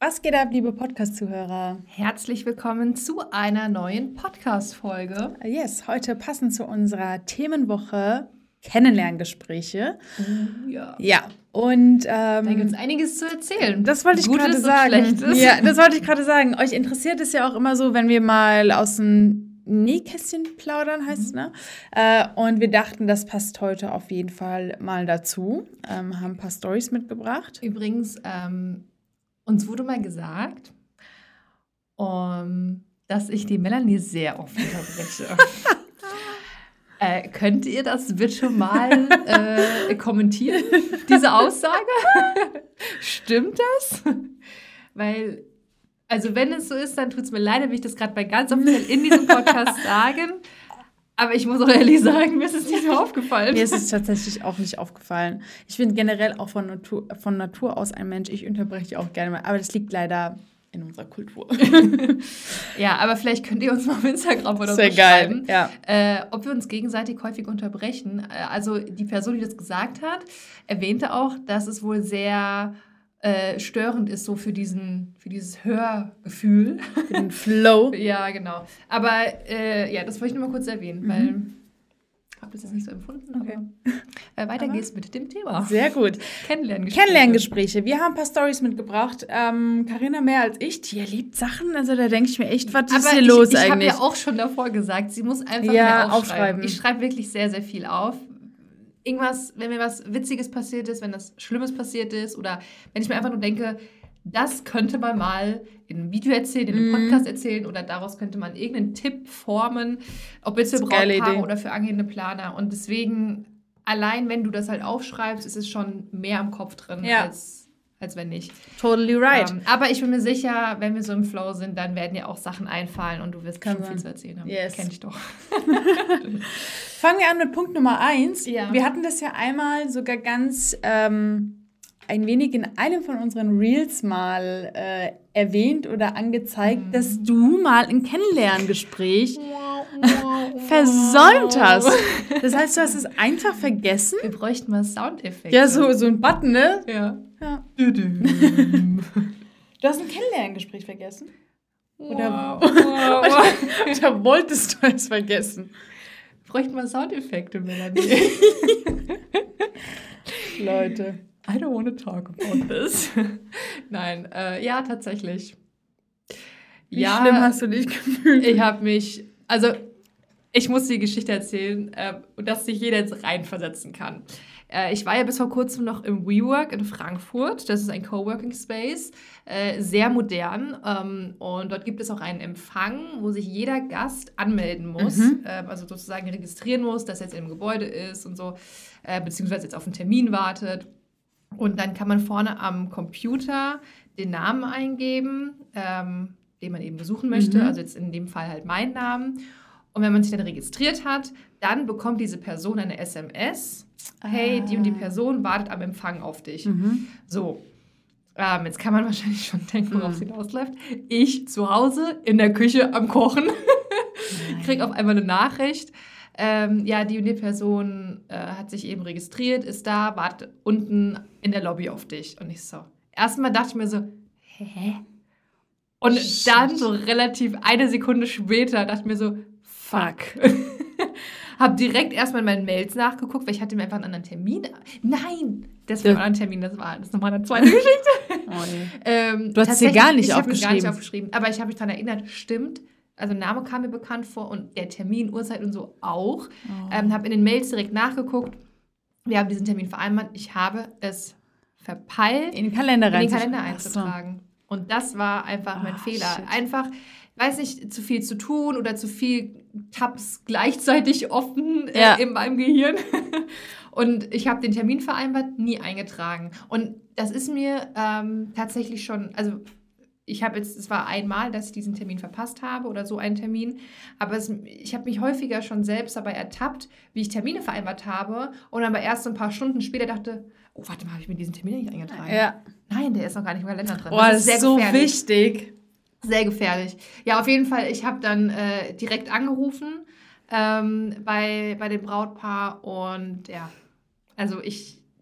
Was geht ab, liebe Podcast-Zuhörer? Herzlich willkommen zu einer neuen Podcast-Folge. Yes, heute passend zu unserer Themenwoche Kennenlerngespräche. Ja. Ja, und Da gibt es einiges zu erzählen. das wollte ich Gutes gerade und sagen. Schlechtes. Ja, das wollte ich gerade sagen. Euch interessiert es ja auch immer so, wenn wir mal aus dem Nähkästchen plaudern, heißt es, ne? Und wir dachten, das passt heute auf jeden Fall mal dazu. Haben ein paar Storys mitgebracht. Übrigens, uns wurde mal gesagt, dass ich die Melanie sehr oft unterbreche. Könnt ihr das bitte mal kommentieren, diese Aussage? Stimmt das? Weil, also wenn es so ist, dann tut es mir leid, wenn ich das gerade bei ganz offiziell in diesem Podcast sagen. Aber ich muss auch ehrlich sagen, mir ist es nicht so aufgefallen. Mir ist es tatsächlich auch nicht aufgefallen. Ich bin generell auch von Natur aus ein Mensch. Ich unterbreche auch gerne mal. Aber das liegt leider in unserer Kultur. Ja, aber vielleicht könnt ihr uns mal auf Instagram oder so Sehr schreiben, geil, ja. ob wir uns gegenseitig häufig unterbrechen. Also die Person, die das gesagt hat, erwähnte auch, dass es wohl sehr störend ist so für dieses Hörgefühl. Für den Flow. Ja, genau. Aber ja, das wollte ich nur mal kurz erwähnen, weil ich habe das jetzt nicht so empfunden. Okay. Aber weiter geht's mit dem Thema. Sehr gut. Kennenlerngespräche. Wir haben ein paar Storys mitgebracht. Carina mehr als ich, die erlebt Sachen. Also da denke ich mir echt, was ist hier los eigentlich? Ich habe ja auch schon davor gesagt, sie muss einfach mehr aufschreiben. Ich schreibe wirklich sehr, sehr viel auf. Irgendwas, wenn mir was Witziges passiert ist, wenn was Schlimmes passiert ist oder wenn ich mir einfach nur denke, das könnte man mal in einem Video erzählen, in einem Podcast erzählen oder daraus könnte man irgendeinen Tipp formen, ob jetzt für Brautpaare oder für angehende Planer. Und deswegen, allein wenn du das halt aufschreibst, ist es schon mehr im Kopf drin, als wenn nicht. Totally right. Aber ich bin mir sicher, wenn wir so im Flow sind, dann werden dir auch Sachen einfallen und du wirst schon viel zu erzählen haben. Yes. Kenn ich doch. Fangen wir an mit Punkt Nummer 1. Ja. Wir hatten das ja einmal sogar ganz ein wenig in einem von unseren Reels mal erwähnt oder angezeigt, dass du mal ein Kennenlerngespräch versäumt hast. Das heißt, du hast es einfach vergessen? Wir bräuchten mal Soundeffekte. Ja, so ein Button, ne? Ja. Du hast ein Kennenlerngespräch vergessen? Oder wolltest du es vergessen? Wir bräuchten mal Soundeffekte, Melanie. Leute. I don't want to talk about this. Nein, ja, tatsächlich. Wie schlimm hast du dich gefühlt? Ich muss die Geschichte erzählen, dass sich jeder jetzt reinversetzen kann. Ich war ja bis vor kurzem noch im WeWork in Frankfurt. Das ist ein Coworking Space, sehr modern. Und dort gibt es auch einen Empfang, wo sich jeder Gast anmelden muss, also sozusagen registrieren muss, dass er jetzt im Gebäude ist und so, beziehungsweise jetzt auf einen Termin wartet. Und dann kann man vorne am Computer den Namen eingeben, den man eben besuchen möchte, also jetzt in dem Fall halt meinen Namen. Und wenn man sich dann registriert hat, dann bekommt diese Person eine SMS. Hey, die und die Person wartet am Empfang auf dich. So, jetzt kann man wahrscheinlich schon denken, worauf es hinausläuft. Ich zu Hause in der Küche am Kochen kriege auf einmal eine Nachricht. Ja, die und die Person hat sich eben registriert, ist da, wartet unten in der Lobby auf dich. Und ich so, erstmal dachte ich mir so, hä? Und dann so relativ eine Sekunde später dachte ich mir so, fuck. Hab direkt erstmal in meinen Mails nachgeguckt, weil ich hatte mir einfach einen anderen Termin. Nein, das war ein anderer Termin, das ist nochmal eine zweite Geschichte. Du hast es dir gar nicht aufgeschrieben. Ich habe gar nicht aufgeschrieben, aber ich habe mich daran erinnert, stimmt. Also Name kam mir bekannt vor und der Termin, Uhrzeit und so auch. Habe in den Mails direkt nachgeguckt. Wir haben diesen Termin vereinbart. Ich habe es verpeilt, in den Kalender einzutragen. Und das war einfach mein Fehler. Shit. Einfach, weiß nicht, zu viel zu tun oder zu viel Tabs gleichzeitig offen in meinem Gehirn. Und ich habe den Termin vereinbart, nie eingetragen. Und das ist mir tatsächlich schon, also es war einmal, dass ich diesen Termin verpasst habe oder so einen Termin, aber ich habe mich häufiger schon selbst dabei ertappt, wie ich Termine vereinbart habe und dann aber erst ein paar Stunden später dachte, oh, warte mal, habe ich mir diesen Termin nicht eingetragen? Ja. Nein, der ist noch gar nicht im Kalender drin. Oh, das ist so wichtig. Sehr gefährlich. Ja, auf jeden Fall, ich habe dann direkt angerufen bei dem Brautpaar und ja, also ich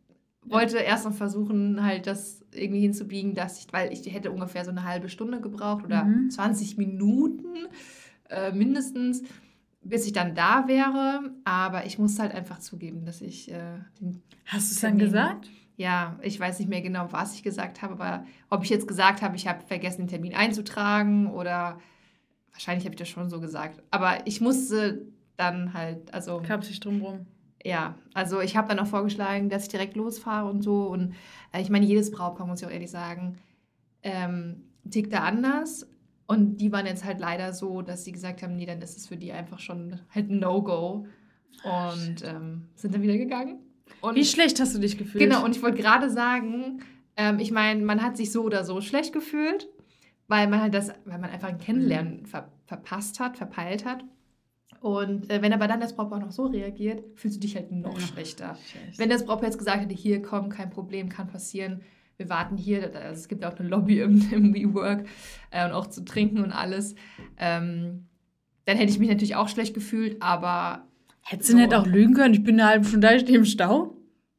wollte erst noch versuchen, halt das irgendwie hinzubiegen, weil ich hätte ungefähr so eine halbe Stunde gebraucht oder 20 Minuten mindestens, bis ich dann da wäre. Aber ich musste halt einfach zugeben, dass ich den Hast du es dann gesagt? Ja, ich weiß nicht mehr genau, was ich gesagt habe, aber ob ich jetzt gesagt habe, ich habe vergessen, den Termin einzutragen oder wahrscheinlich habe ich das schon so gesagt. Aber ich musste dann halt, also... Gab sich drumrum. Ja, also ich habe dann auch vorgeschlagen, dass ich direkt losfahre und so. Und ich meine, jedes Brautpaar, muss ich auch ehrlich sagen, tickt da anders. Und die waren jetzt halt leider so, dass sie gesagt haben, nee, dann ist es für die einfach schon halt ein No-Go. Und sind dann wieder gegangen. Und wie schlecht hast du dich gefühlt? Genau, und ich wollte gerade sagen, ich meine, man hat sich so oder so schlecht gefühlt, weil man einfach ein Kennenlernen verpeilt hat. Und wenn aber dann das Brautpaar noch so reagiert, fühlst du dich halt noch schlechter. Scheiße. Wenn das Brautpaar jetzt gesagt hätte, hier, komm, kein Problem, kann passieren, wir warten hier, also es gibt auch eine Lobby im WeWork und auch zu trinken und alles, dann hätte ich mich natürlich auch schlecht gefühlt, aber... Hättest du nicht auch lügen können? Ich bin eine halbe Stunde da, ich stehe im Stau.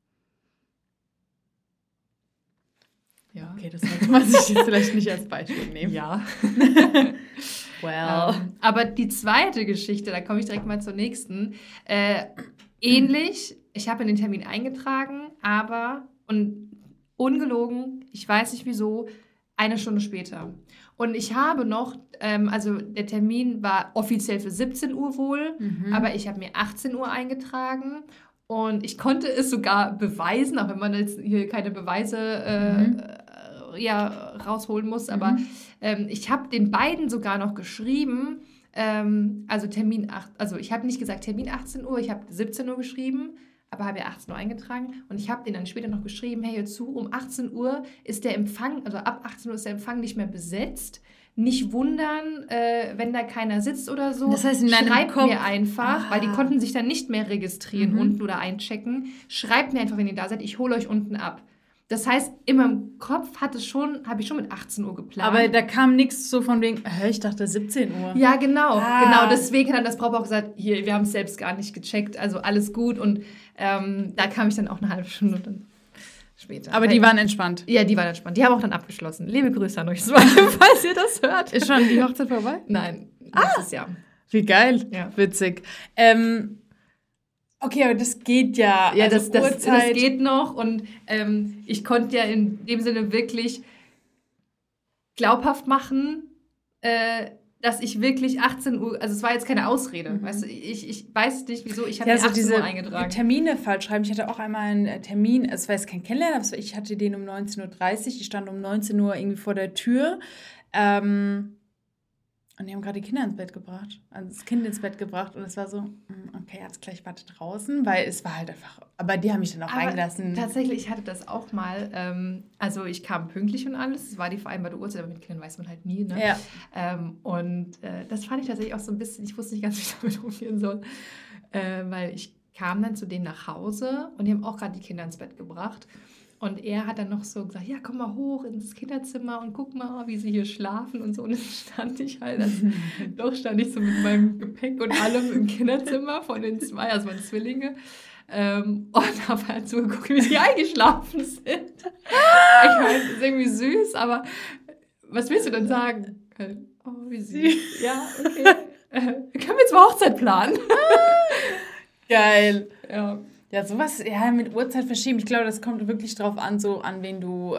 Ja. Okay, das sollte man sich jetzt vielleicht nicht als Beispiel nehmen. Ja. Well. Aber die zweite Geschichte, da komme ich direkt mal zur nächsten. Ähnlich, ich habe in den Termin eingetragen, aber, und ungelogen, ich weiß nicht wieso, 1 Stunde später. Und ich habe noch, also der Termin war offiziell für 17 Uhr wohl, aber ich habe mir 18 Uhr eingetragen und ich konnte es sogar beweisen, auch wenn man jetzt hier keine Beweise rausholen muss, aber ich habe den beiden sogar noch geschrieben, also ich habe nicht gesagt Termin 18 Uhr, ich habe 17 Uhr geschrieben, aber habe ja 18 Uhr eingetragen und ich habe denen dann später noch geschrieben, hey, hör zu, um 18 Uhr ist der Empfang, also ab 18 Uhr ist der Empfang nicht mehr besetzt. Nicht wundern, wenn da keiner sitzt oder so. Das heißt, in deinem schreibt Kopf, mir einfach, weil die konnten sich dann nicht mehr registrieren unten oder einchecken. Schreibt mir einfach, wenn ihr da seid, ich hole euch unten ab. Das heißt, in meinem Kopf habe ich schon mit 18 Uhr geplant. Aber da kam nichts so von wegen, ich dachte 17 Uhr. Ja, genau. Genau, deswegen hat dann das Brautpaar auch gesagt, hier, wir haben es selbst gar nicht gecheckt, also alles gut. Und da kam ich dann auch eine halbe Stunde dann später. Aber die waren entspannt. Ja, die waren entspannt. Die haben auch dann abgeschlossen. Liebe Grüße an euch zwei, falls ihr das hört. Ist schon die Hochzeit vorbei? Nein, nächstes Jahr. Wie geil. Ja. Witzig. Okay, aber das geht ja. Ja, also das geht noch. Und ich konnte ja in dem Sinne wirklich glaubhaft machen, dass ich wirklich 18 Uhr, also es war jetzt keine Ausrede, weißt du, ich weiß nicht, wieso, ich habe mir 18 Uhr eingetragen. Termine falsch schreiben. Ich hatte auch einmal einen Termin, es war jetzt kein Kennenlernen, aber ich hatte den um 19.30 Uhr, ich stand um 19 Uhr irgendwie vor der Tür und die haben gerade die Kinder ins Bett gebracht, also das Kind ins Bett gebracht und es war so, okay, jetzt gleich warte draußen, weil es war halt einfach, aber die haben mich dann auch reingelassen. Tatsächlich, ich hatte das auch mal, also ich kam pünktlich und alles, es war die vereinbarte Uhrzeit, aber mit Kindern weiß man halt nie, ne? Ja. Und das fand ich tatsächlich auch so ein bisschen, ich wusste nicht ganz, wie ich damit umgehen soll, weil ich kam dann zu denen nach Hause und die haben auch gerade die Kinder ins Bett gebracht. Und er hat dann noch so gesagt, ja, komm mal hoch ins Kinderzimmer und guck mal, wie sie hier schlafen und so. Und dann stand ich halt, stand ich so mit meinem Gepäck und allem im Kinderzimmer von den zwei, also meine Zwillinge. Und habe halt so geguckt, wie sie eingeschlafen sind. Ich meine, das ist irgendwie süß, aber was willst du denn sagen? Oh, wie süß. Ja, okay. Können wir jetzt mal Hochzeit planen? Geil. Ja. Ja, sowas, ja, mit Uhrzeit verschieben. Ich glaube, das kommt wirklich drauf an, so an wen du,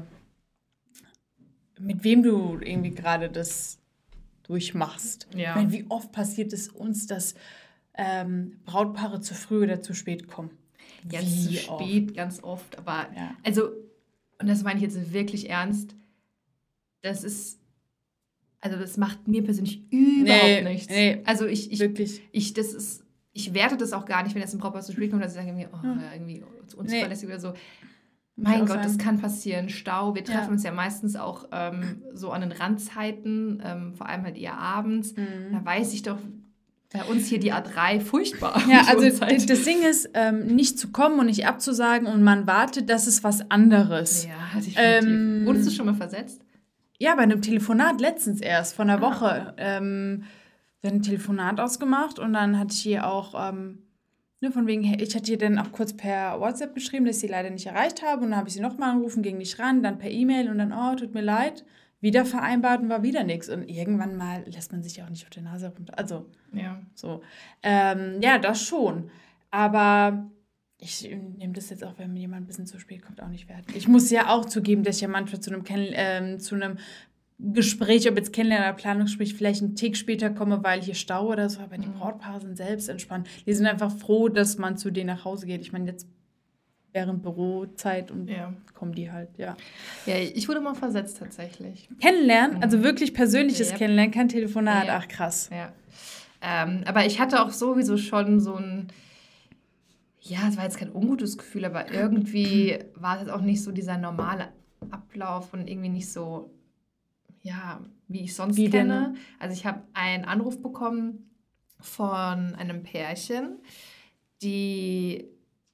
mit wem du irgendwie gerade das durchmachst. Ja. Ich meine, wie oft passiert es uns, dass Brautpaare zu früh oder zu spät kommen? Ganz zu spät, ganz oft. Aber, also, und das meine ich jetzt wirklich ernst, das macht mir persönlich überhaupt nichts. Nee, also wirklich. Ich werte das auch gar nicht, wenn jetzt ein Brautpaar zu spät kommt, dass sie sagen, irgendwie zu unzuverlässig oder so. Mein Gott, das kann passieren. Stau. Wir treffen uns ja meistens auch so an den Randzeiten, vor allem halt eher abends. Da weiß ich doch, bei uns hier die A3 furchtbar. Ja, also das Ding ist, nicht zu kommen und nicht abzusagen und man wartet, das ist was anderes. Ja, definitiv. Wurdest du schon mal versetzt? Ja, bei einem Telefonat letztens erst, vor einer Woche. Wir haben ein Telefonat ausgemacht und dann hatte ich hier auch eine Ne, von wegen, hey, ich hatte ihr dann auch kurz per WhatsApp geschrieben, dass ich sie leider nicht erreicht habe. Und dann habe ich sie nochmal angerufen, ging nicht ran, dann per E-Mail und dann, oh, tut mir leid. Wieder vereinbart und war wieder nichts. Und irgendwann mal lässt man sich ja auch nicht auf der Nase runter. Also, Ja. so. Ja, das schon. Aber ich nehme das jetzt auch, wenn mir jemand ein bisschen zu spät kommt, auch nicht wert. Ich muss ja auch zugeben, dass ich ja manchmal zu einem Gespräch, ob jetzt Kennenlernen oder Planungsgespräch, vielleicht einen Tick später komme, weil hier Stau oder so, aber die Brautpaare sind selbst entspannt. Die sind einfach froh, dass man zu denen nach Hause geht. Ich meine, jetzt während Bürozeit und kommen die halt, ja. Ja, ich wurde mal versetzt tatsächlich. Kennenlernen, also wirklich persönliches Kennenlernen, kein Telefonat, Ja. ach krass. Ja. Aber ich hatte auch sowieso schon so ein, ja, es war jetzt kein ungutes Gefühl, aber irgendwie war es jetzt auch nicht so dieser normale Ablauf und irgendwie nicht so, ja, wie ich sonst Wie denn? kenne. Also ich habe einen Anruf bekommen von einem Pärchen, die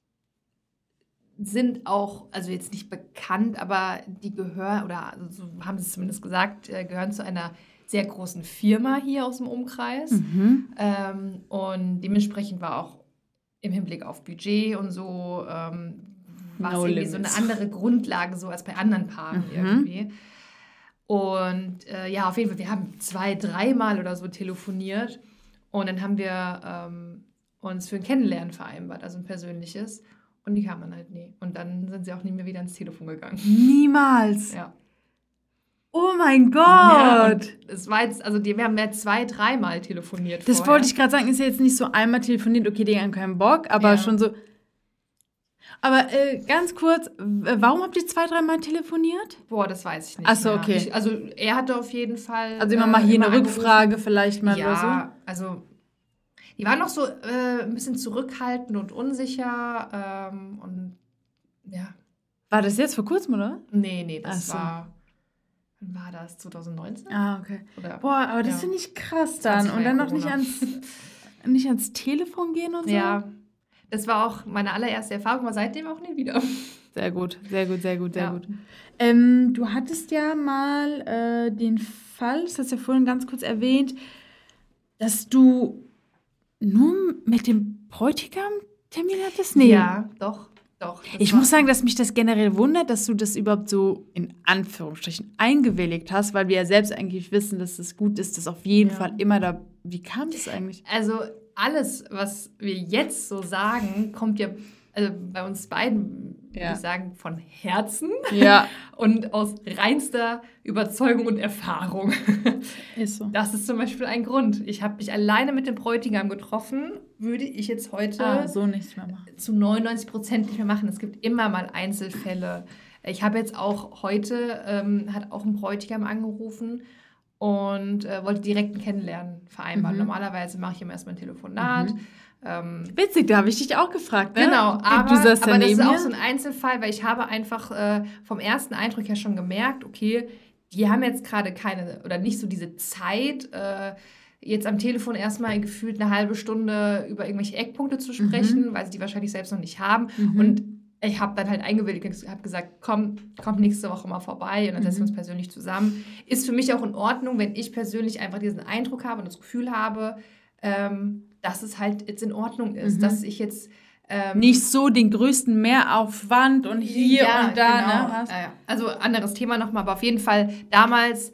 sind auch, also jetzt nicht bekannt, aber die gehören, oder so haben sie es zumindest gesagt, gehören zu einer sehr großen Firma hier aus dem Umkreis. Und dementsprechend war auch im Hinblick auf Budget und so, war es No irgendwie so eine limits. andere Grundlage so als bei anderen Paaren irgendwie. Und ja, auf jeden Fall, wir haben 2-3 Mal oder so telefoniert und dann haben wir uns für ein Kennenlernen vereinbart, also ein persönliches. Und die kamen dann halt nie. Und dann sind sie auch nie mehr wieder ans Telefon gegangen. Niemals. Ja. Oh mein Gott. Ja, und es war jetzt, also wir haben ja 2-3 Mal telefoniert. Das vorher. wollte ich gerade sagen, ist ja jetzt nicht so einmal telefoniert, okay, die haben keinen Bock, aber Ja. schon so. Aber ganz kurz, warum habt ihr 2-3 Mal telefoniert? Boah, das weiß ich nicht. Ach so, mehr. okay. Also er hatte auf jeden Fall. Also immer mal hier eine angerufen. Rückfrage vielleicht mal oder Ja, also die waren noch so ein bisschen zurückhaltend und unsicher. Und ja. so. War das jetzt vor kurzem, oder? Nee, das Ach so. wann war das? 2019? Ah, okay. Oder, Boah, aber das ja. finde ich krass dann. Das war Und dann ja noch nicht Corona. nicht ans Telefon gehen und so? Ja, das war auch meine allererste Erfahrung, aber seitdem auch nie wieder. Sehr gut, sehr gut, sehr gut, sehr Ja. gut. Du hattest ja mal den Fall, das hast du ja vorhin ganz kurz erwähnt, dass du nur mit dem Bräutigam Termin hattest? Nee. Ja, doch. Das Ich muss sagen, dass mich das generell wundert, dass du das überhaupt so in Anführungsstrichen eingewilligt hast, weil wir ja selbst eigentlich wissen, dass es gut ist, dass auf jeden Fall immer da. Wie kam das eigentlich? Also alles, was wir jetzt so sagen, kommt ja bei uns beiden, würde ich sagen, von Herzen Ja. und aus reinster Überzeugung und Erfahrung. Ist so. Das ist zum Beispiel ein Grund. Ich habe mich alleine mit dem Bräutigam getroffen, würde ich jetzt heute So nichts mehr machen. zu 99% nicht mehr machen. Es gibt immer mal Einzelfälle. Ich habe jetzt auch heute, hat auch ein Bräutigam angerufen und wollte direkt ein Kennenlernen vereinbaren. Normalerweise mache ich immer erstmal ein Telefonat. Witzig, da habe ich dich auch gefragt, ne? Genau, aber du saßt das daneben ist auch mir. so ein Einzelfall, weil ich habe einfach vom ersten Eindruck ja schon gemerkt, okay, die haben jetzt gerade keine oder nicht so diese Zeit, jetzt am Telefon erstmal gefühlt eine halbe Stunde über irgendwelche Eckpunkte zu sprechen, weil sie die wahrscheinlich selbst noch nicht haben. Und ich habe dann halt eingewilligt und habe gesagt, kommt nächste Woche mal vorbei und dann setzen wir uns persönlich zusammen. Ist für mich auch in Ordnung, wenn ich persönlich einfach diesen Eindruck habe und das Gefühl habe, dass es halt jetzt in Ordnung ist, dass ich jetzt Nicht so den größten Mehraufwand und hier und da. genau. Ne, hast. Also anderes Thema nochmal, aber auf jeden Fall damals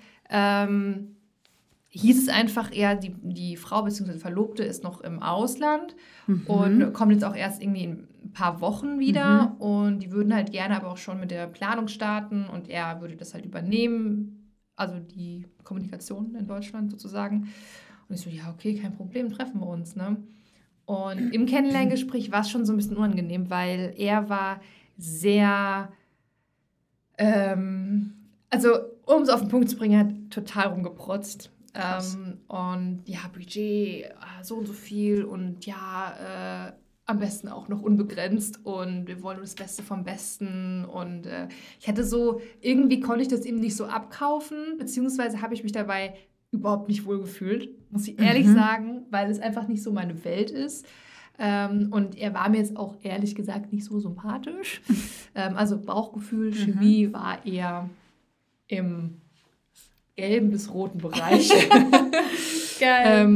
hieß es einfach eher, die Frau bzw. Verlobte ist noch im Ausland und kommt jetzt auch erst irgendwie in ein paar Wochen wieder und die würden halt gerne aber auch schon mit der Planung starten und er würde das halt übernehmen, also die Kommunikation in Deutschland sozusagen. Und ich so, ja, okay, kein Problem, treffen wir uns, ne? Und im Kennenlerngespräch war es schon so ein bisschen unangenehm, weil er war sehr, also um es auf den Punkt zu bringen, er hat total rumgeprotzt. Und ja, Budget, so und so viel und ja, am besten auch noch unbegrenzt und wir wollen das Beste vom Besten und ich hatte so, irgendwie konnte ich das ihm nicht so abkaufen, beziehungsweise habe ich mich dabei überhaupt nicht wohl gefühlt, muss ich ehrlich sagen, weil es einfach nicht so meine Welt ist. Und er war mir jetzt auch ehrlich gesagt nicht so sympathisch. Also Bauchgefühl, Chemie war eher im gelben bis roten Bereich. Geil.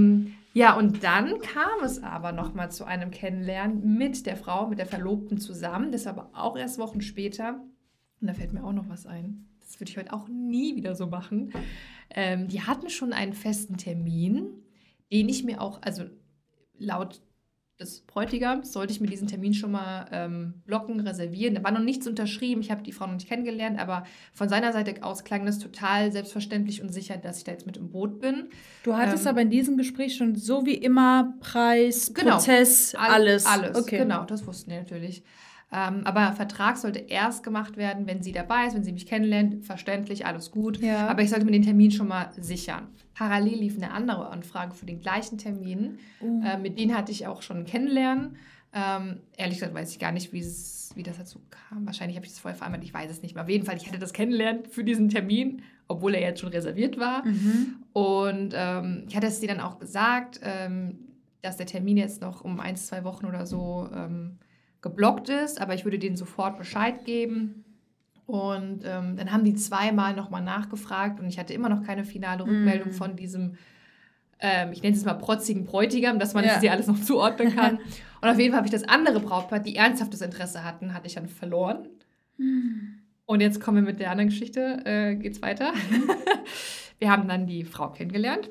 Ja, und dann kam es aber nochmal zu einem Kennenlernen mit der Frau, mit der Verlobten zusammen. Das aber auch erst Wochen später. Und da fällt mir auch noch was ein. Das würde ich heute auch nie wieder so machen. Die hatten schon einen festen Termin, den ich mir auch, also laut des Bräutigams sollte ich mir diesen Termin schon mal blocken, reservieren. Da war noch nichts unterschrieben, ich habe die Frau noch nicht kennengelernt, aber von seiner Seite aus klang das total selbstverständlich und sicher, dass ich da jetzt mit im Boot bin. Du hattest aber in diesem Gespräch schon so wie immer Preis, Genau, Prozess, alles. Alles, okay. Genau, das wussten die natürlich. Aber Vertrag sollte erst gemacht werden, wenn sie dabei ist, wenn sie mich kennenlernt. Verständlich, alles gut. Ja. Aber ich sollte mir den Termin schon mal sichern. Parallel lief eine andere Anfrage für den gleichen Termin. Mit denen hatte ich auch schon ein Kennenlernen. Ehrlich gesagt weiß ich gar nicht, wie das dazu kam. Wahrscheinlich habe ich das vorher vereinbart, ich weiß es nicht mehr. Auf jeden Fall, ich hatte das Kennenlernen für diesen Termin, obwohl er jetzt schon reserviert war. Und ich hatte es dir dann auch gesagt, dass der Termin jetzt noch um 1-2 Wochen oder so geblockt ist, aber ich würde denen sofort Bescheid geben. Und dann haben die 2-mal nochmal nachgefragt und ich hatte immer noch keine finale Rückmeldung von diesem, ich nenne es mal protzigen Bräutigam, dass man das hier alles noch zuordnen kann. Und auf jeden Fall habe ich das andere Brautpaar, die ernsthaftes Interesse hatten, hatte ich dann verloren. Und jetzt kommen wir mit der anderen Geschichte, geht's weiter. Wir haben dann die Frau kennengelernt.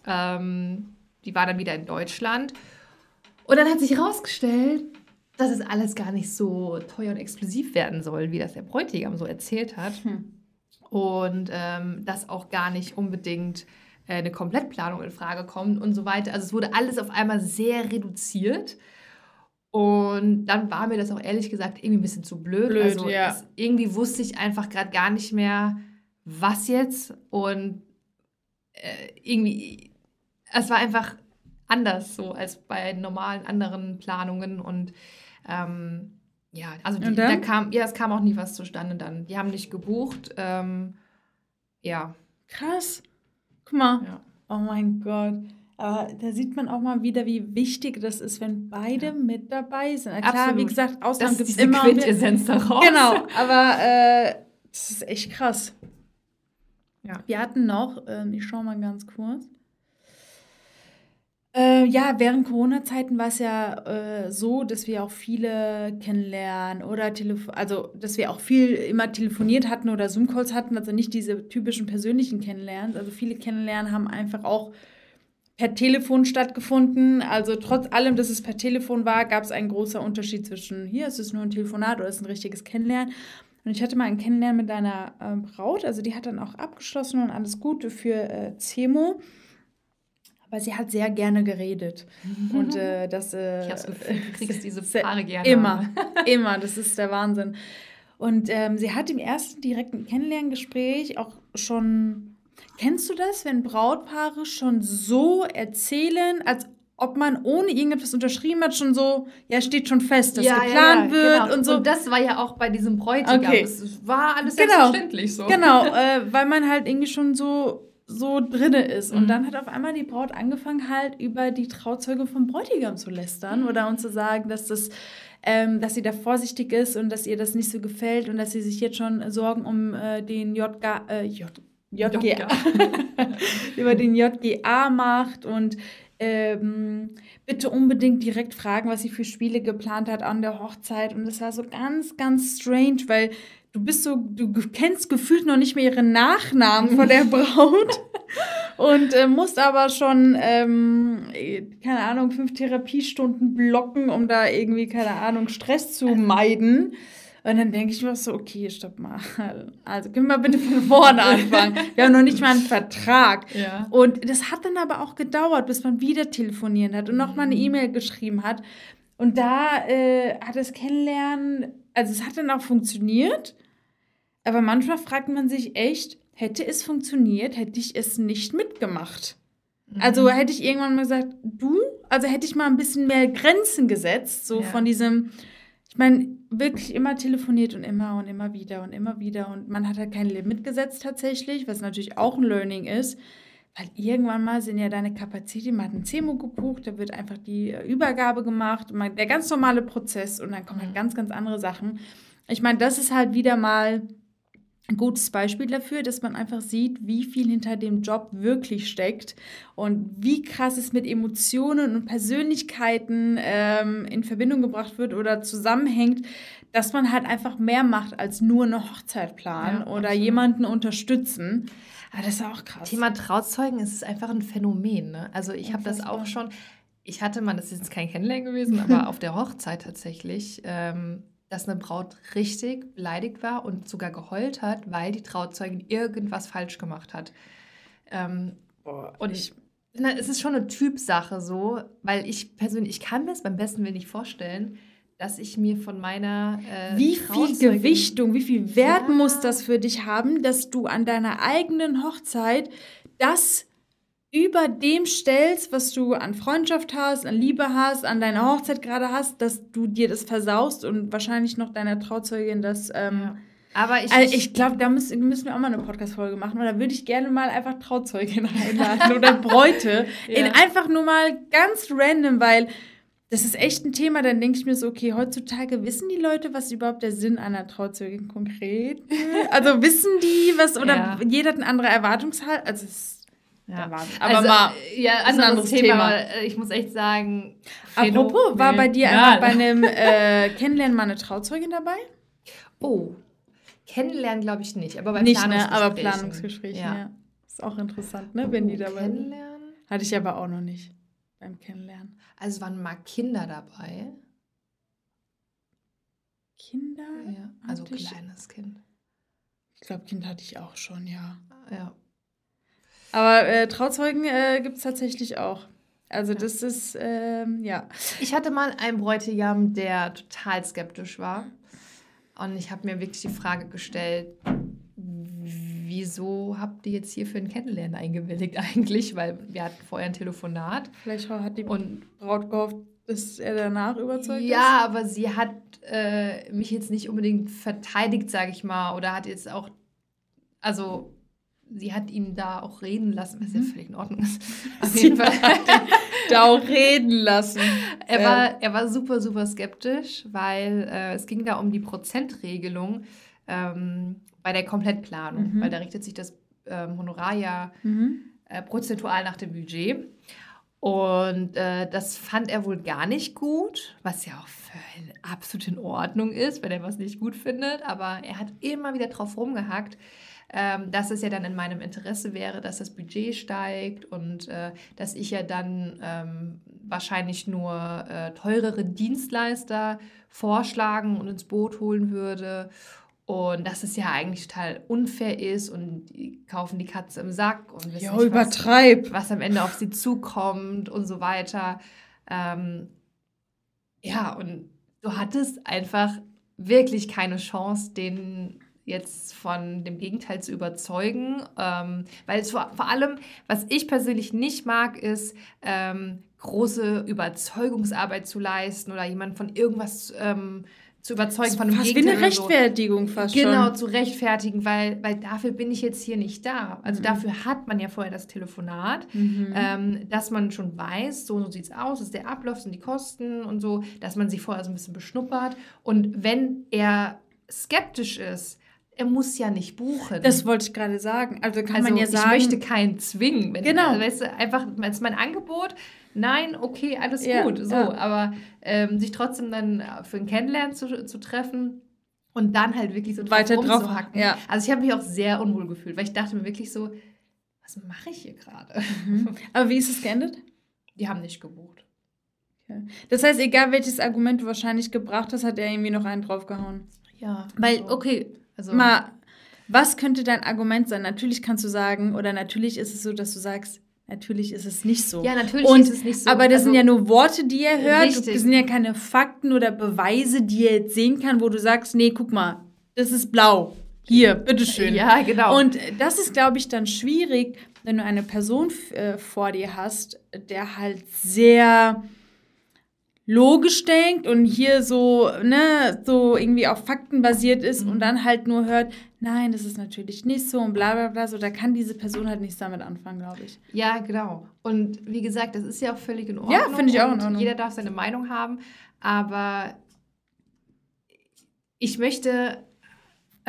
Die war dann wieder in Deutschland. Und dann hat sich herausgestellt, dass es alles gar nicht so teuer und exklusiv werden soll, wie das der Bräutigam so erzählt hat. Und dass auch gar nicht unbedingt eine Komplettplanung in Frage kommt und so weiter. Also es wurde alles auf einmal sehr reduziert. Und dann war mir das auch ehrlich gesagt irgendwie ein bisschen zu blöd. Also irgendwie wusste ich einfach gerade gar nicht mehr, was jetzt. Und irgendwie, es war einfach anders so als bei normalen anderen Planungen. Und also es kam auch nie was zustande dann. Die haben nicht gebucht. Krass. Guck mal. Ja. Oh mein Gott. Aber da sieht man auch mal wieder, wie wichtig das ist, wenn beide mit dabei sind. Na klar, wie gesagt, Ausnahmen gibt es immer. Das ist die Quintessenz daraus. Genau, aber das ist echt krass. Ja. Wir hatten noch, ich schaue mal ganz kurz. Während Corona-Zeiten war es ja so, dass wir auch viele kennenlernen oder dass wir auch viel immer telefoniert hatten oder Zoom-Calls hatten, also nicht diese typischen persönlichen Kennenlerns. Also viele Kennenlernen haben einfach auch per Telefon stattgefunden. Also trotz allem, dass es per Telefon war, gab es einen großen Unterschied zwischen, hier ist es nur ein Telefonat oder ist es ein richtiges Kennenlernen. Und ich hatte mal ein Kennenlernen mit einer Braut, also die hat dann auch abgeschlossen und alles Gute für Zemo. Aber sie hat sehr gerne geredet. Und ich habe das Gefühl, du kriegst diese Paare gerne. Immer. Das ist der Wahnsinn. Und sie hat im ersten direkten Kennenlerngespräch auch schon, kennst du das, wenn Brautpaare schon so erzählen, als ob man ohne irgendetwas unterschrieben hat, schon so, steht schon fest, dass geplant wird genau. und so. Und das war ja auch bei diesem Bräutigam. Okay. Das war alles selbstverständlich so. Genau, weil man halt irgendwie schon so drinne ist. Und dann hat auf einmal die Braut angefangen, halt über die Trauzeuge vom Bräutigam zu lästern oder uns zu sagen, dass dass sie da vorsichtig ist und dass ihr das nicht so gefällt und dass sie sich jetzt schon Sorgen um den JGA über den JGA macht und bitte unbedingt direkt fragen, was sie für Spiele geplant hat an der Hochzeit. Und das war so ganz, ganz strange, weil du kennst gefühlt noch nicht mehr ihren Nachnamen von der Braut und musst aber schon, 5 Therapiestunden blocken, um da irgendwie, Stress zu meiden. Und dann denke ich mir so, okay, stopp mal. Also können wir bitte von vorne anfangen. Wir haben noch nicht mal einen Vertrag. Ja. Und das hat dann aber auch gedauert, bis man wieder telefoniert hat und nochmal eine E-Mail geschrieben hat. Und da hat das Kennenlernen, also es hat dann auch funktioniert, aber manchmal fragt man sich echt, hätte es funktioniert, hätte ich es nicht mitgemacht. Also hätte ich irgendwann mal gesagt, hätte ich mal ein bisschen mehr Grenzen gesetzt, so von diesem, ich meine, wirklich immer telefoniert und immer wieder und man hat halt kein Limit gesetzt tatsächlich, was natürlich auch ein Learning ist, weil irgendwann mal sind ja deine Kapazitäten, man hat ein Zemo gebucht, da wird einfach die Übergabe gemacht, der ganz normale Prozess und dann kommen halt ganz, ganz andere Sachen. Ich meine, das ist halt wieder mal ein gutes Beispiel dafür, dass man einfach sieht, wie viel hinter dem Job wirklich steckt und wie krass es mit Emotionen und Persönlichkeiten in Verbindung gebracht wird oder zusammenhängt, dass man halt einfach mehr macht als nur eine Hochzeit planen oder absolut. jemanden unterstützen. Aber das ist auch krass. Thema Trauzeugen ist einfach ein Phänomen. Ne? Also ich habe das auch schon, ich hatte mal, das ist jetzt kein Kennenlernen gewesen, aber auf der Hochzeit tatsächlich, dass eine Braut richtig beleidigt war und sogar geheult hat, weil die Trauzeugin irgendwas falsch gemacht hat. Und es ist schon eine Typsache so, weil ich persönlich, ich kann mir es beim besten Willen nicht vorstellen, dass ich mir von meiner wie viel Gewichtung, wie viel Wert muss das für dich haben, dass du an deiner eigenen Hochzeit das über dem stellst, was du an Freundschaft hast, an Liebe hast, an deiner Hochzeit gerade hast, dass du dir das versaust und wahrscheinlich noch deiner Trauzeugin das... Aber ich glaube, da müssen wir auch mal eine Podcast-Folge machen. Oder würde ich gerne mal einfach Trauzeugin einladen oder Bräute. Einfach nur mal ganz random, weil das ist echt ein Thema. Dann denke ich mir so, okay, heutzutage wissen die Leute, was überhaupt der Sinn einer Trauzeugin konkret ist? Also wissen die, was, oder jeder hat eine andere Erwartungshaltung. Also es ist aber also, mal ein anderes Thema. Ich muss echt sagen, apropos, war bei dir einfach bei einem Kennenlernen mal eine Trauzeugin dabei? Oh, Kennenlernen glaube ich nicht, aber bei Planungsgesprächen. Aber Planungsgesprächen, ja. Ist auch interessant, ne, wenn die dabei sind. Kennenlernen? Hatte ich aber auch noch nicht beim Kennenlernen. Also waren mal Kinder dabei? Kinder? Ja, also kleines Kind. Ich glaube, Kind hatte ich auch schon, ja. Ja. Aber Trauzeugen gibt es tatsächlich auch. Also das ist, ja. Ich hatte mal einen Bräutigam, der total skeptisch war. Und ich habe mir wirklich die Frage gestellt, wieso habt ihr jetzt hier für ein Kennenlernen eingewilligt eigentlich? Weil wir hatten vorher ein Telefonat. Vielleicht hat die Braut gehofft, dass er danach überzeugt ist. Ja, aber sie hat mich jetzt nicht unbedingt verteidigt, sage ich mal. Oder hat jetzt auch, also sie hat ihn da auch reden lassen, was ja völlig in Ordnung ist. Auf jeden Fall. Da auch reden lassen. Er war super, super skeptisch, weil es ging da um die Prozentregelung bei der Komplettplanung, weil da richtet sich das Honorar ja prozentual nach dem Budget. Und das fand er wohl gar nicht gut, was ja auch völlig absolut in Ordnung ist, wenn er was nicht gut findet. Aber er hat immer wieder drauf rumgehackt, dass es ja dann in meinem Interesse wäre, dass das Budget steigt und dass ich ja dann wahrscheinlich nur teurere Dienstleister vorschlagen und ins Boot holen würde. Und dass es ja eigentlich total unfair ist und die kaufen die Katze im Sack und wissen nicht, was am Ende auf sie zukommt und so weiter. Ja, und du hattest einfach wirklich keine Chance, den jetzt von dem Gegenteil zu überzeugen, weil es vor allem, was ich persönlich nicht mag, ist große Überzeugungsarbeit zu leisten oder jemanden von irgendwas zu überzeugen, von einem fast Gegenteil. Wie eine Rechtfertigung fast schon. Genau, zu rechtfertigen, weil dafür bin ich jetzt hier nicht da. Also dafür hat man ja vorher das Telefonat, dass man schon weiß, so sieht es aus, das ist der Ablauf, sind die Kosten und so, dass man sich vorher so ein bisschen beschnuppert. Und wenn er skeptisch ist, er muss ja nicht buchen. Das wollte ich gerade sagen. Also kann man ja sagen... ich möchte keinen zwingen. Genau. Weißt du, einfach, das ist mein Angebot. Nein, okay, alles gut. So, aber sich trotzdem dann für ein Kennenlernen zu treffen und dann halt wirklich so weiter drauf zu hacken. Ja. Also ich habe mich auch sehr unwohl gefühlt, weil ich dachte mir wirklich so, was mache ich hier gerade? Aber wie ist es geendet? Die haben nicht gebucht. Okay. Das heißt, egal welches Argument du wahrscheinlich gebracht hast, hat er irgendwie noch einen draufgehauen. Ja. Weil, okay, mal, was könnte dein Argument sein? Natürlich kannst du sagen, oder natürlich ist es so, dass du sagst, natürlich ist es nicht so. Ja, natürlich ist es nicht so. Aber das sind ja nur Worte, die er hört. Richtig. Das sind ja keine Fakten oder Beweise, die er jetzt sehen kann, wo du sagst, nee, guck mal, das ist blau. Hier, bitteschön. Ja, genau. Und das ist, glaube ich, dann schwierig, wenn du eine Person vor dir hast, der halt sehr logisch denkt und hier so, ne, so irgendwie auf Fakten basiert ist und dann halt nur hört, nein, das ist natürlich nicht so und bla bla bla, so, da kann diese Person halt nichts damit anfangen, glaube ich. Ja, genau. Und wie gesagt, das ist ja auch völlig in Ordnung. Ja, finde ich auch in Ordnung. Jeder darf seine Meinung haben, aber ich möchte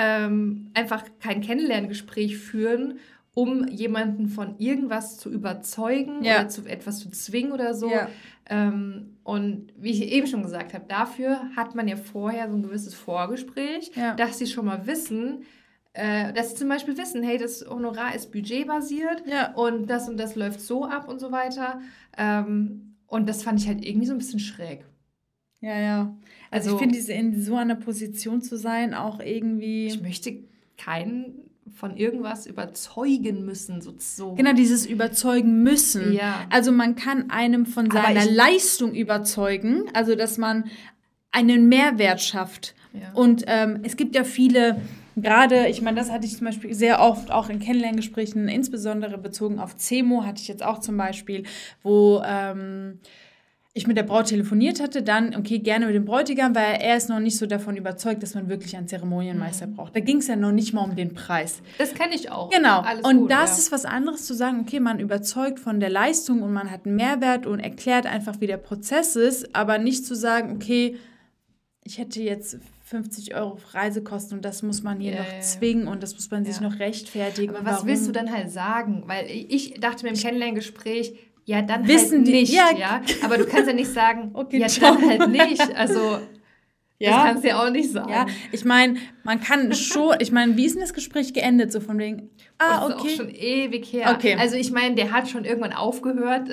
einfach kein Kennenlerngespräch führen, um jemanden von irgendwas zu überzeugen oder zu etwas zu zwingen oder so. Ja. Und wie ich eben schon gesagt habe, dafür hat man ja vorher so ein gewisses Vorgespräch, dass sie schon mal wissen, dass sie zum Beispiel wissen, hey, das Honorar ist budgetbasiert und das läuft so ab und so weiter. Und das fand ich halt irgendwie so ein bisschen schräg. Ja. Also ich finde, in so einer Position zu sein, auch irgendwie... Ich möchte keinen von irgendwas überzeugen müssen. So. Genau, dieses Überzeugen müssen. Ja. Also man kann einem von seiner Leistung überzeugen, also dass man einen Mehrwert schafft. Ja. Und es gibt ja viele... Gerade, ich meine, das hatte ich zum Beispiel sehr oft auch in Kennenlerngesprächen, insbesondere bezogen auf CEMO, hatte ich jetzt auch zum Beispiel, wo ich mit der Braut telefoniert hatte, dann, okay, gerne mit dem Bräutigam, weil er ist noch nicht so davon überzeugt, dass man wirklich einen Zeremonienmeister braucht. Da ging es ja noch nicht mal um den Preis. Das kenne ich auch. Genau. Alles und gut, das ist was anderes zu sagen, okay, man überzeugt von der Leistung und man hat einen Mehrwert und erklärt einfach, wie der Prozess ist, aber nicht zu sagen, okay, ich hätte jetzt 50 € Reisekosten und das muss man hier noch zwingen und das muss man sich noch rechtfertigen. Aber was willst du dann halt sagen? Weil ich dachte mir im Kennenlerngespräch, ja, dann wissen halt die nicht. Ja. Aber du kannst ja nicht sagen, okay, ja, dann halt nicht. Also, das kannst du ja auch nicht sagen. Ja, ich meine, man kann schon, wie ist denn das Gespräch geendet? So von wegen, das ist auch schon ewig her. Okay. Also, ich meine, der hat schon irgendwann aufgehört,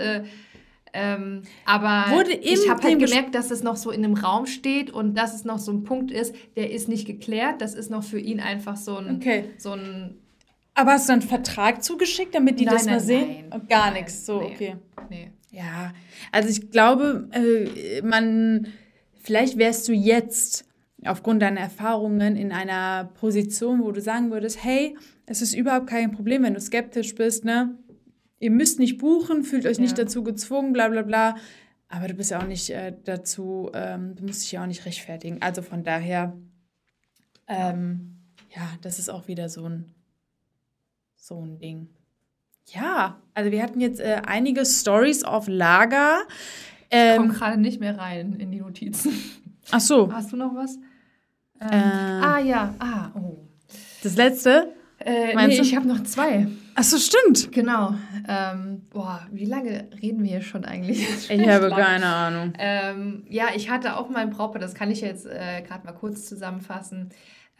aber ich habe halt gemerkt, dass es noch so in einem Raum steht und dass es noch so ein Punkt ist, der ist nicht geklärt. Das ist noch für ihn einfach so ein... Aber hast du einen Vertrag zugeschickt, damit die das mal sehen? Nein, gar nichts. So, okay. Nee. Ja, also ich glaube, vielleicht wärst du jetzt aufgrund deiner Erfahrungen in einer Position, wo du sagen würdest, hey, es ist überhaupt kein Problem, wenn du skeptisch bist, ne? Ihr müsst nicht buchen, fühlt euch nicht dazu gezwungen, bla bla bla. Aber du bist ja auch nicht du musst dich ja auch nicht rechtfertigen. Also von daher, das ist auch wieder so ein Ding. Ja, also wir hatten jetzt einige Stories auf Lager. Ich komme gerade nicht mehr rein in die Notizen. Ach so. Hast du noch was? Das letzte? Ich habe noch 2. Ach so, stimmt. Genau. Wie lange reden wir hier schon eigentlich? Ich habe keine Ahnung. Ich hatte auch mal ein Brautpaar, das kann ich jetzt gerade mal kurz zusammenfassen.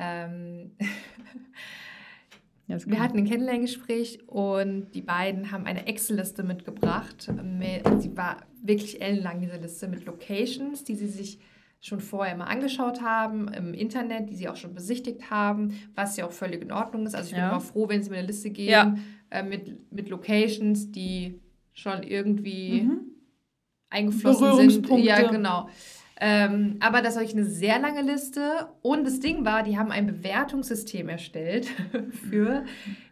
Wir hatten ein Kennenlerngespräch und die beiden haben eine Excel-Liste mitgebracht. Sie war wirklich ellenlang, diese Liste, mit Locations, die sie sich schon vorher mal angeschaut haben im Internet, die sie auch schon besichtigt haben, was ja auch völlig in Ordnung ist. Also ich bin immer froh, wenn sie mir eine Liste geben mit Locations, die schon irgendwie eingeflossen sind. Ja, genau. Aber das war eine sehr lange Liste und das Ding war, die haben ein Bewertungssystem erstellt für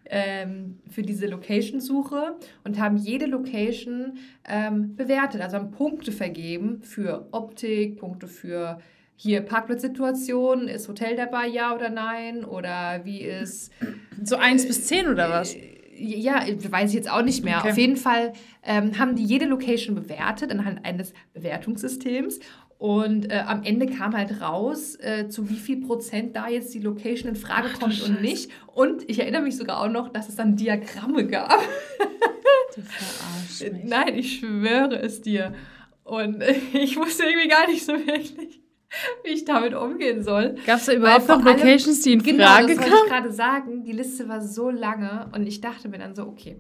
diese Location-Suche und haben jede Location bewertet, also haben Punkte vergeben für Optik, Punkte für hier Parkplatzsituation, ist Hotel dabei, ja oder nein, oder wie ist... So 1 bis 10 oder was? Ja, weiß ich jetzt auch nicht mehr. Okay. Auf jeden Fall haben die jede Location bewertet anhand eines Bewertungssystems. Und am Ende kam halt raus, zu wie viel Prozent da jetzt die Location in Frage kommt und nicht. Und ich erinnere mich sogar auch noch, dass es dann Diagramme gab. Du verarschst mich. Nein, ich schwöre es dir. Und ich wusste irgendwie gar nicht so wirklich, wie ich damit umgehen soll. Gab es da überhaupt noch Locations, die in Frage kamen? Genau, das wollte ich gerade sagen. Die Liste war so lange und ich dachte mir dann so, okay,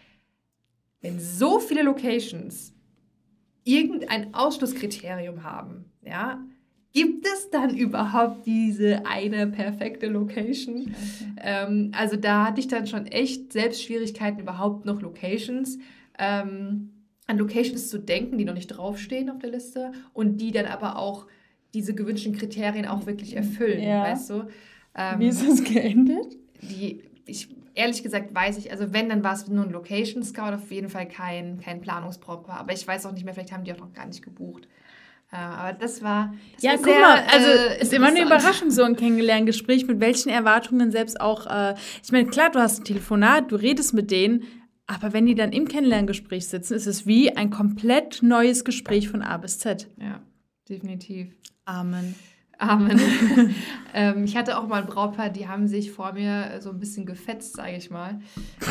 wenn so viele Locations irgendein Ausschlusskriterium haben, ja, gibt es dann überhaupt diese eine perfekte Location? Okay. Also da hatte ich dann schon echt selbst Schwierigkeiten, überhaupt noch Locations, an Locations zu denken, die noch nicht draufstehen auf der Liste und die dann aber auch diese gewünschten Kriterien auch wirklich erfüllen, weißt du? Wie ist das geendet? Ehrlich gesagt weiß ich, also wenn, dann war es nur ein Location Scout, auf jeden Fall kein Planungsbrautpaar. Aber ich weiß auch nicht mehr, vielleicht haben die auch noch gar nicht gebucht. Aber das war ja, guck mal, also ist immer eine Überraschung, so ein Kennenlerngespräch, mit welchen Erwartungen selbst auch, ich meine, klar, du hast ein Telefonat, du redest mit denen, aber wenn die dann im Kennenlerngespräch sitzen, ist es wie ein komplett neues Gespräch von A bis Z. Ja, definitiv. Amen. Amen. Ich hatte auch mal ein Brautpaar, die haben sich vor mir so ein bisschen gefetzt, sage ich mal.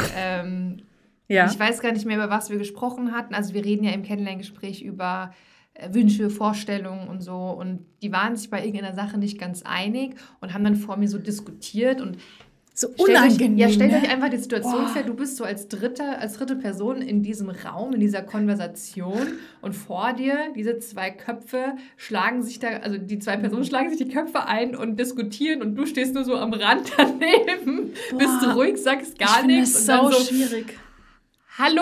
Ja. Ich weiß gar nicht mehr, über was wir gesprochen hatten. Also wir reden ja im Kennenlerngespräch über Wünsche, Vorstellungen und so. Und die waren sich bei irgendeiner Sache nicht ganz einig und haben dann vor mir so diskutiert. Und so unangenehm. Stellt euch einfach die Situation vor, du bist so als dritte Person in diesem Raum, in dieser Konversation und vor dir diese zwei Köpfe schlagen sich da, also die zwei Personen schlagen sich die Köpfe ein und diskutieren und du stehst nur so am Rand daneben, bist ruhig, sagst gar nichts. Das ist sau schwierig. Hallo,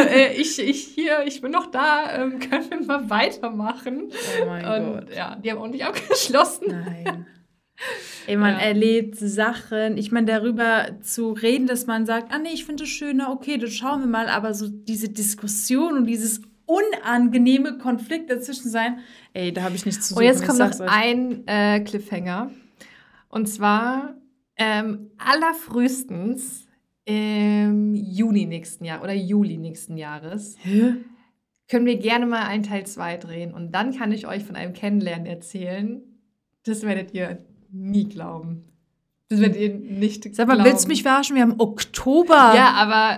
ich bin noch da, können wir mal weitermachen? Oh mein Gott. Ja, die haben auch nicht abgeschlossen. Nein. Ey, man erlebt Sachen, ich meine, darüber zu reden, dass man sagt, nee, ich finde es schöner, okay, dann schauen wir mal, aber so diese Diskussion und dieses unangenehme Konflikt dazwischen sein, ey, da habe ich nichts zu suchen. Und jetzt kommt noch ein Cliffhanger. Und zwar allerfrühestens im Juni nächsten Jahr oder Juli nächsten Jahres können wir gerne mal einen Teil 2 drehen. Und dann kann ich euch von einem Kennenlernen erzählen. Das werdet ihr nie glauben. Das werdet ihr nicht glauben. Sag mal, willst du mich verarschen? Wir haben Oktober. Ja, aber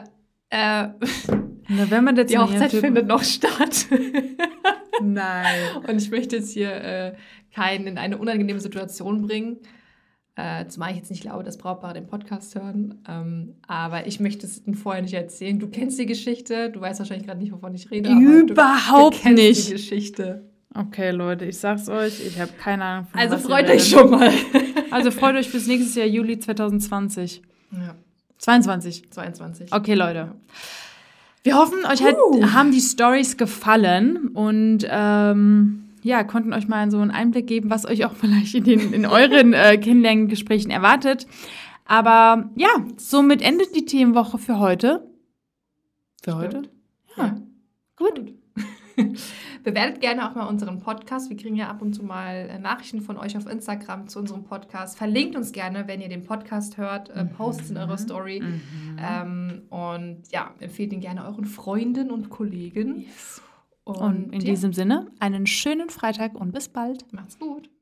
wenn man die Hochzeit findet noch statt. Nein. Und ich möchte jetzt hier keinen in eine unangenehme Situation bringen. Zumal ich jetzt nicht glaube, dass Brautpaare den Podcast hören. Aber ich möchte es ihnen vorher nicht erzählen. Du kennst die Geschichte. Du weißt wahrscheinlich gerade nicht, wovon ich rede. Überhaupt du nicht. Die Geschichte. Okay, Leute, ich sag's euch. Ich habe keine Ahnung. Von also freut euch schon mal. Also freut euch bis nächstes Jahr, Juli 2020. Ja. 22. Okay, Leute. Ja. Wir hoffen, euch haben die Storys gefallen und konnten euch mal so einen Einblick geben, was euch auch vielleicht in euren Kennenlerngesprächen erwartet. Aber ja, somit endet die Themenwoche für heute. Ja. Gut. Bewertet gerne auch mal unseren Podcast. Wir kriegen ja ab und zu mal Nachrichten von euch auf Instagram zu unserem Podcast. Verlinkt uns gerne, wenn ihr den Podcast hört. Postet in eurer Story. Und ja, empfehlt ihn gerne euren Freunden und Kollegen. Yes. Und in diesem Sinne, einen schönen Freitag und bis bald. Macht's gut.